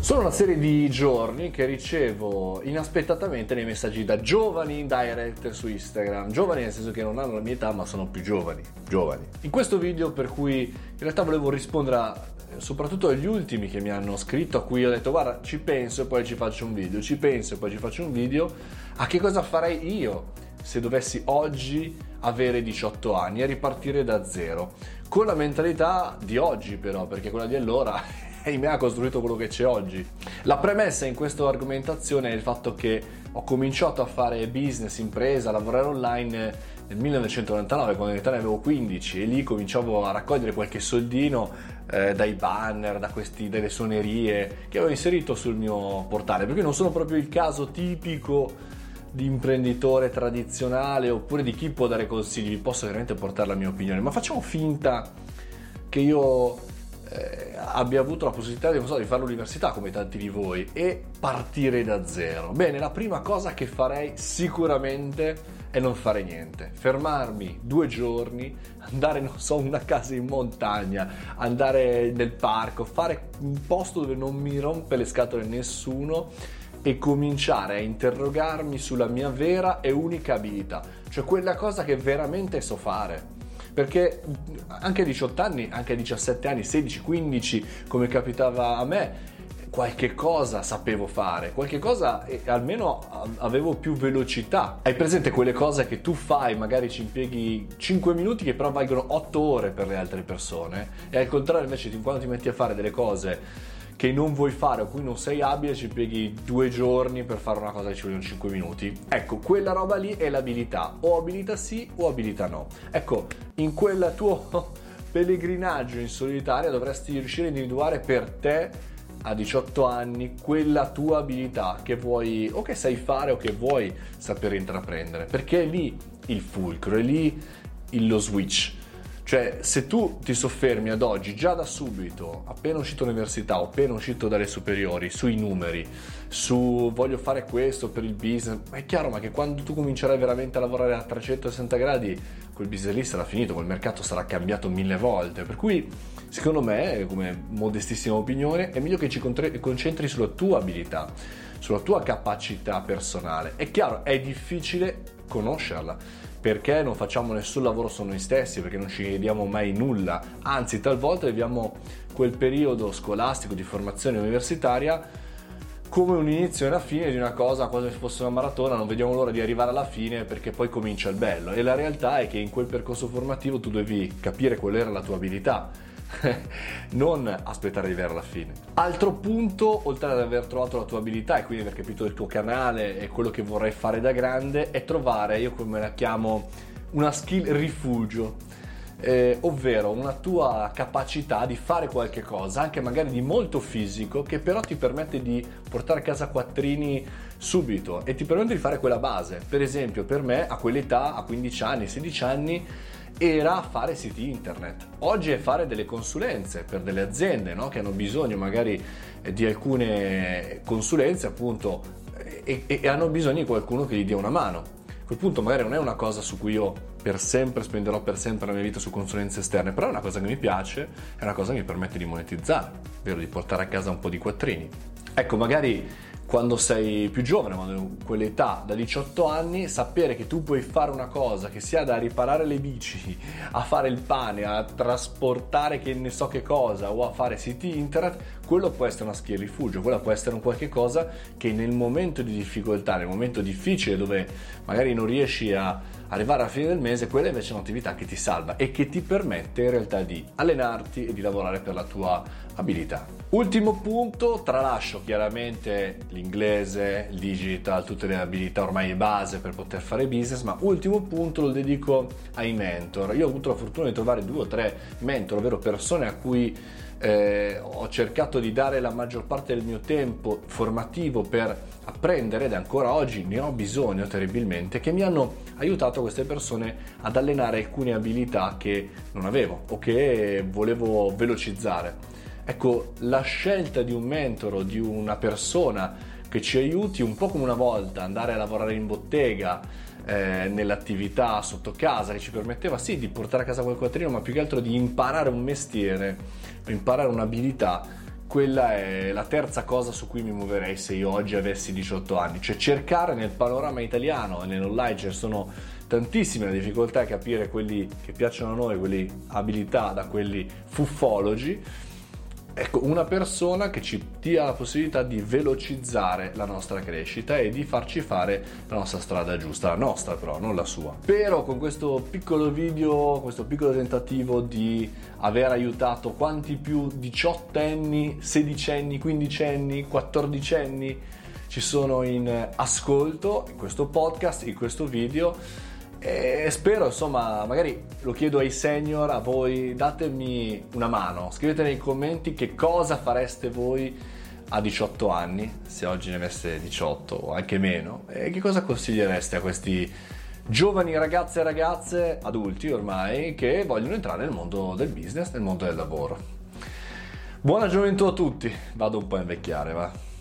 Sono una serie di giorni che ricevo inaspettatamente dei messaggi da giovani in direct su Instagram. Giovani nel senso che non hanno la mia età, ma sono più giovani. In questo video, per cui in realtà volevo rispondere soprattutto agli ultimi che mi hanno scritto, a cui ho detto guarda, ci penso e poi ci faccio un video, a che cosa farei io se dovessi oggi avere 18 anni e ripartire da zero, con la mentalità di oggi però, perché quella di allora me ha costruito quello che c'è oggi. La premessa in questa argomentazione è il fatto che ho cominciato a fare business, impresa, a lavorare online nel 1999, quando in età ne avevo 15, e lì cominciavo a raccogliere qualche soldino dai banner, dalle suonerie che avevo inserito sul mio portale, perché non sono proprio il caso tipico di imprenditore tradizionale oppure di chi può dare consigli. Vi posso veramente portare la mia opinione, ma facciamo finta che io abbia avuto la possibilità di fare l'università come tanti di voi e partire da zero. Bene, la prima cosa che farei sicuramente è non fare niente, fermarmi 2 giorni, andare una casa in montagna, andare nel parco, fare un posto dove non mi rompe le scatole nessuno e cominciare a interrogarmi sulla mia vera e unica abilità, cioè quella cosa che veramente so fare. Perché anche a 18 anni, anche a 17 anni, 16, 15, come capitava a me, qualche cosa sapevo fare, qualche cosa almeno avevo più velocità. Hai presente quelle cose che tu fai, magari ci impieghi 5 minuti che però valgono 8 ore per le altre persone, e al contrario invece quando ti metti a fare delle cose che non vuoi fare o cui non sei abile, ci impieghi 2 giorni per fare una cosa che ci vogliono 5 minuti. Ecco, quella roba lì è l'abilità, o abilità sì o abilità no. Ecco, in quel tuo pellegrinaggio in solitaria dovresti riuscire a individuare per te a 18 anni quella tua abilità che vuoi o che sai fare o che vuoi sapere intraprendere, perché è lì il fulcro, è lì lo switch. Cioè, se tu ti soffermi ad oggi, già da subito, appena uscito dall'università o appena uscito dalle superiori, sui numeri, su voglio fare questo per il business, è chiaro, ma che quando tu comincerai veramente a lavorare a 360 gradi, quel business lì sarà finito, quel mercato sarà cambiato 1000 volte. Per cui, secondo me, come modestissima opinione, è meglio che ci concentri sulla tua abilità, sulla tua capacità personale. È chiaro, è difficile conoscerla, perché non facciamo nessun lavoro su noi stessi, perché non ci chiediamo mai nulla, anzi talvolta viviamo quel periodo scolastico di formazione universitaria come un inizio e una fine di una cosa, quasi se fosse una maratona, non vediamo l'ora di arrivare alla fine perché poi comincia il bello. E la realtà è che in quel percorso formativo tu devi capire qual era la tua abilità, non aspettare di arrivare alla fine. Altro punto, oltre ad aver trovato la tua abilità e quindi aver capito il tuo canale e quello che vorrai fare da grande, è trovare, io come la chiamo, una skill rifugio, ovvero una tua capacità di fare qualche cosa, anche magari di molto fisico, che però ti permette di portare a casa quattrini subito e ti permette di fare quella base. Per esempio, per me a quell'età, a 15 anni, 16 anni, era fare siti internet. Oggi è fare delle consulenze per delle aziende, no? Che hanno bisogno magari di alcune consulenze, appunto, e hanno bisogno di qualcuno che gli dia una mano. A quel punto magari non è una cosa su cui io per sempre spenderò per sempre la mia vita su consulenze esterne, però è una cosa che mi piace, è una cosa che mi permette di monetizzare, ovvero di portare a casa un po' di quattrini. Ecco, magari quando sei più giovane, quando hai quell'età da 18 anni, sapere che tu puoi fare una cosa che sia da riparare le bici, a fare il pane, a trasportare che ne so che cosa, o a fare siti internet, quello può essere una skill rifugio, quella può essere un qualche cosa che nel momento di difficoltà, nel momento difficile dove magari non riesci a arrivare alla fine del mese, quella invece è un'attività che ti salva e che ti permette in realtà di allenarti e di lavorare per la tua abilità. Ultimo punto, tralascio chiaramente l'inglese, il digital, tutte le abilità ormai base per poter fare business, ma ultimo punto lo dedico ai mentor. Io ho avuto la fortuna di trovare 2 o 3 mentor, ovvero persone a cui ho cercato di dare la maggior parte del mio tempo formativo per apprendere, ed ancora oggi ne ho bisogno terribilmente, che mi hanno aiutato queste persone ad allenare alcune abilità che non avevo o che volevo velocizzare. Ecco, la scelta di un mentor o di una persona che ci aiuti, un po' come una volta andare a lavorare in bottega, nell'attività sotto casa, che ci permetteva sì di portare a casa quel quattrino, ma più che altro di imparare un mestiere, imparare un'abilità. quella è la terza cosa su cui mi muoverei se io oggi avessi 18 anni, cioè cercare nel panorama italiano e nell'online ci sono tantissime difficoltà a capire quelli che piacciono a noi, quelli abilità da quelli fuffologi. Ecco, una persona che ci dia la possibilità di velocizzare la nostra crescita e di farci fare la nostra strada giusta, la nostra però, non la sua. Spero con questo piccolo video, questo piccolo tentativo di aver aiutato quanti più 18enni, 16enni, 15enni, 14enni ci sono in ascolto in questo podcast, in questo video. E spero, insomma, magari lo chiedo ai senior, a voi, datemi una mano, scrivete nei commenti che cosa fareste voi a 18 anni, se oggi ne aveste 18 o anche meno, e che cosa consigliereste a questi giovani ragazze e ragazze, adulti ormai, che vogliono entrare nel mondo del business, nel mondo del lavoro. Buona gioventù a tutti, vado un po' a invecchiare, va.